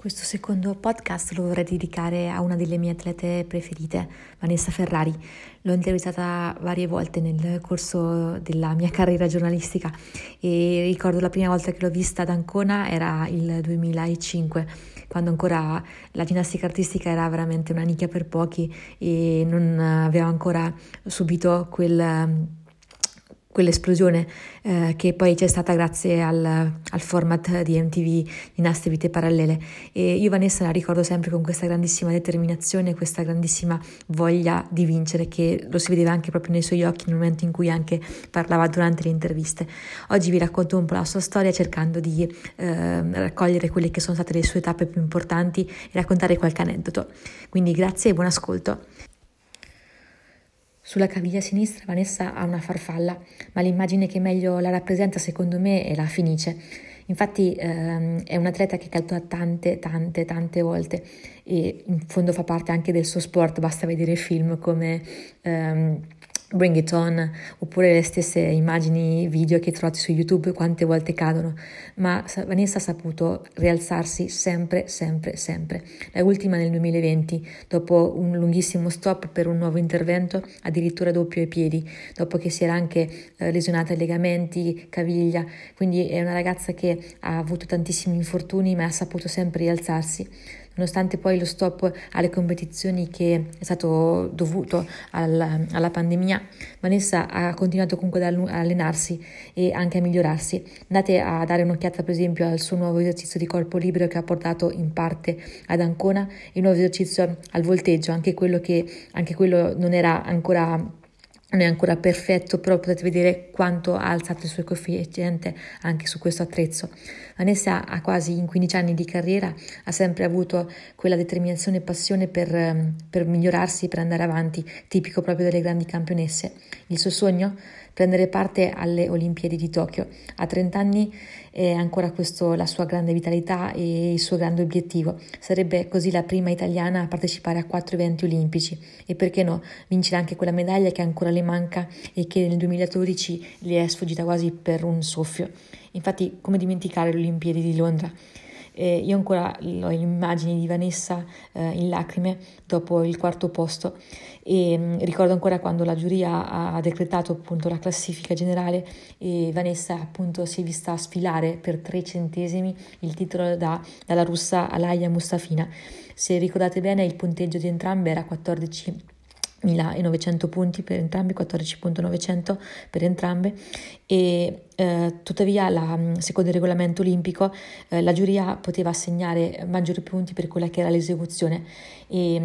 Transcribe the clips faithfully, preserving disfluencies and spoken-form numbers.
Questo secondo podcast lo vorrei dedicare a una delle mie atlete preferite, Vanessa Ferrari. L'ho intervistata varie volte nel corso della mia carriera giornalistica e ricordo la prima volta che l'ho vista ad Ancona era il duemilacinque, quando ancora la ginnastica artistica era veramente una nicchia per pochi e non aveva ancora subito quel... quell'esplosione eh, che poi c'è stata grazie al, al format di M T V Dinastie Vite Parallele. E io Vanessa la ricordo sempre con questa grandissima determinazione, questa grandissima voglia di vincere, che lo si vedeva anche proprio nei suoi occhi nel momento in cui anche parlava durante le interviste. Oggi vi racconto un po' la sua storia, cercando di eh, raccogliere quelle che sono state le sue tappe più importanti e raccontare qualche aneddoto. Quindi grazie e buon ascolto. Sulla caviglia sinistra Vanessa ha una farfalla, ma l'immagine che meglio la rappresenta secondo me è la Fenice. Infatti ehm, è un atleta che calcola tante, tante, tante volte e in fondo fa parte anche del suo sport, basta vedere film come ehm, Bring It On oppure le stesse immagini video che trovate su YouTube, quante volte cadono, ma Vanessa ha saputo rialzarsi sempre, sempre, sempre. La ultima nel duemilaventi, dopo un lunghissimo stop per un nuovo intervento, addirittura doppio ai piedi, dopo che si era anche eh, lesionata ai legamenti, caviglia, quindi è una ragazza che ha avuto tantissimi infortuni ma ha saputo sempre rialzarsi. Nonostante poi lo stop alle competizioni che è stato dovuto al, alla pandemia, Vanessa ha continuato comunque ad allenarsi e anche a migliorarsi. Andate a dare un'occhiata per esempio al suo nuovo esercizio di corpo libero che ha portato in parte ad Ancona, il nuovo esercizio al volteggio, anche quello che anche quello non era ancora non è ancora perfetto, però potete vedere quanto ha alzato il suo coefficiente anche su questo attrezzo. Vanessa ha quasi in quindici anni di carriera, ha sempre avuto quella determinazione e passione per, per migliorarsi, per andare avanti, tipico proprio delle grandi campionesse. Il suo sogno? Prendere parte alle Olimpiadi di Tokyo. A trenta anni è ancora questo la sua grande vitalità e il suo grande obiettivo. Sarebbe così la prima italiana a partecipare a quattro eventi olimpici e perché no, vincere anche quella medaglia che ancora le manca e che nel duemiladodici le è sfuggita quasi per un soffio. Infatti, come dimenticare le Olimpiadi di Londra? Eh, io ancora ho immagini di Vanessa eh, in lacrime dopo il quarto posto e mh, ricordo ancora quando la giuria ha decretato appunto la classifica generale e Vanessa appunto si è vista sfilare per tre centesimi il titolo da, dalla russa Alaya Mustafina. Se ricordate bene, il punteggio di entrambe era quattordicimilanovecento punti per entrambi, quattordicimilanovecento per entrambe e eh, tuttavia la, secondo il regolamento olimpico eh, la giuria poteva assegnare maggiori punti per quella che era l'esecuzione e,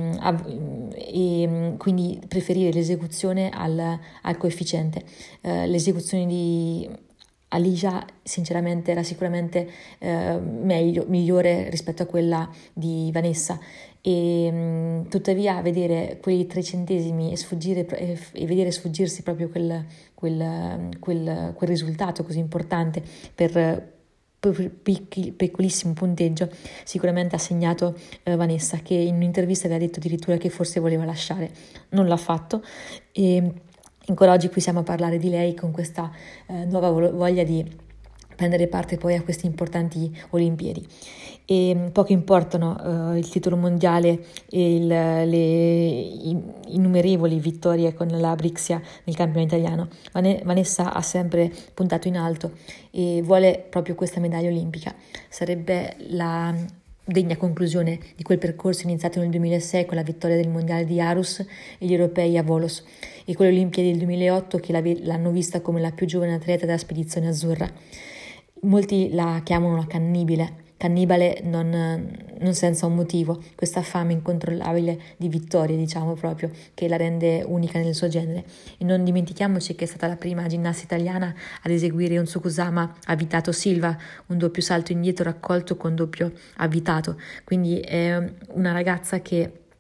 e quindi preferire l'esecuzione al, al coefficiente. Eh, l'esecuzione di Alija sinceramente era sicuramente eh, meglio, migliore rispetto a quella di Vanessa e mh, tuttavia vedere quei tre centesimi e, sfuggire, e, e vedere sfuggirsi proprio quel, quel, quel, quel risultato così importante per Picchi, piccolissimo punteggio sicuramente ha segnato eh, Vanessa, che in un'intervista aveva detto addirittura che forse voleva lasciare, non l'ha fatto e ancora oggi qui siamo a parlare di lei con questa eh, nuova voglia di prendere parte poi a queste importanti Olimpiadi. E poco importano uh, il titolo mondiale e il, le i, innumerevoli vittorie con la Brixia nel campionato italiano. Vanessa ha sempre puntato in alto e vuole proprio questa medaglia olimpica. Sarebbe la degna conclusione di quel percorso iniziato nel duemilasei con la vittoria del mondiale di Aarhus e gli europei a Volos e quelle Olimpiadi del duemilaotto che l'hanno vista come la più giovane atleta della spedizione azzurra. Molti la chiamano una cannibile, cannibale non, non senza un motivo, questa fame incontrollabile di vittorie, diciamo proprio, che la rende unica nel suo genere. E non dimentichiamoci che è stata la prima ginnasta italiana ad eseguire un Tsukuzama avvitato Silva, un doppio salto indietro raccolto con doppio avvitato, quindi è una ragazza che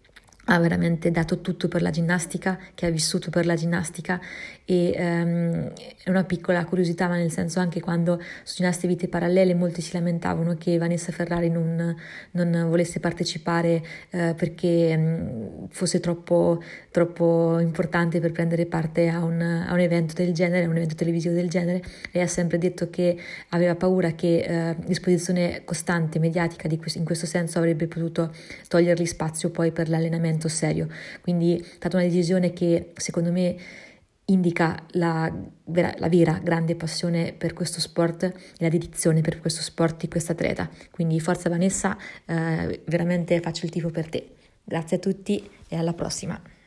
ha veramente dato tutto per la ginnastica, che ha vissuto per la ginnastica e um, è una piccola curiosità, ma nel senso anche quando su Ginnaste Vite Parallele molti si lamentavano che Vanessa Ferrari non, non volesse partecipare uh, perché um, fosse troppo, troppo importante per prendere parte a un, a un evento del genere, a un evento televisivo del genere. Lei ha sempre detto che aveva paura che uh, l'esposizione costante mediatica di questo, in questo senso avrebbe potuto togliergli spazio poi per l'allenamento serio, quindi è stata una decisione che secondo me indica la vera, la vera grande passione per questo sport e la dedizione per questo sport di questa atleta. Quindi forza Vanessa, eh, veramente faccio il tifo per te. Grazie a tutti e alla prossima.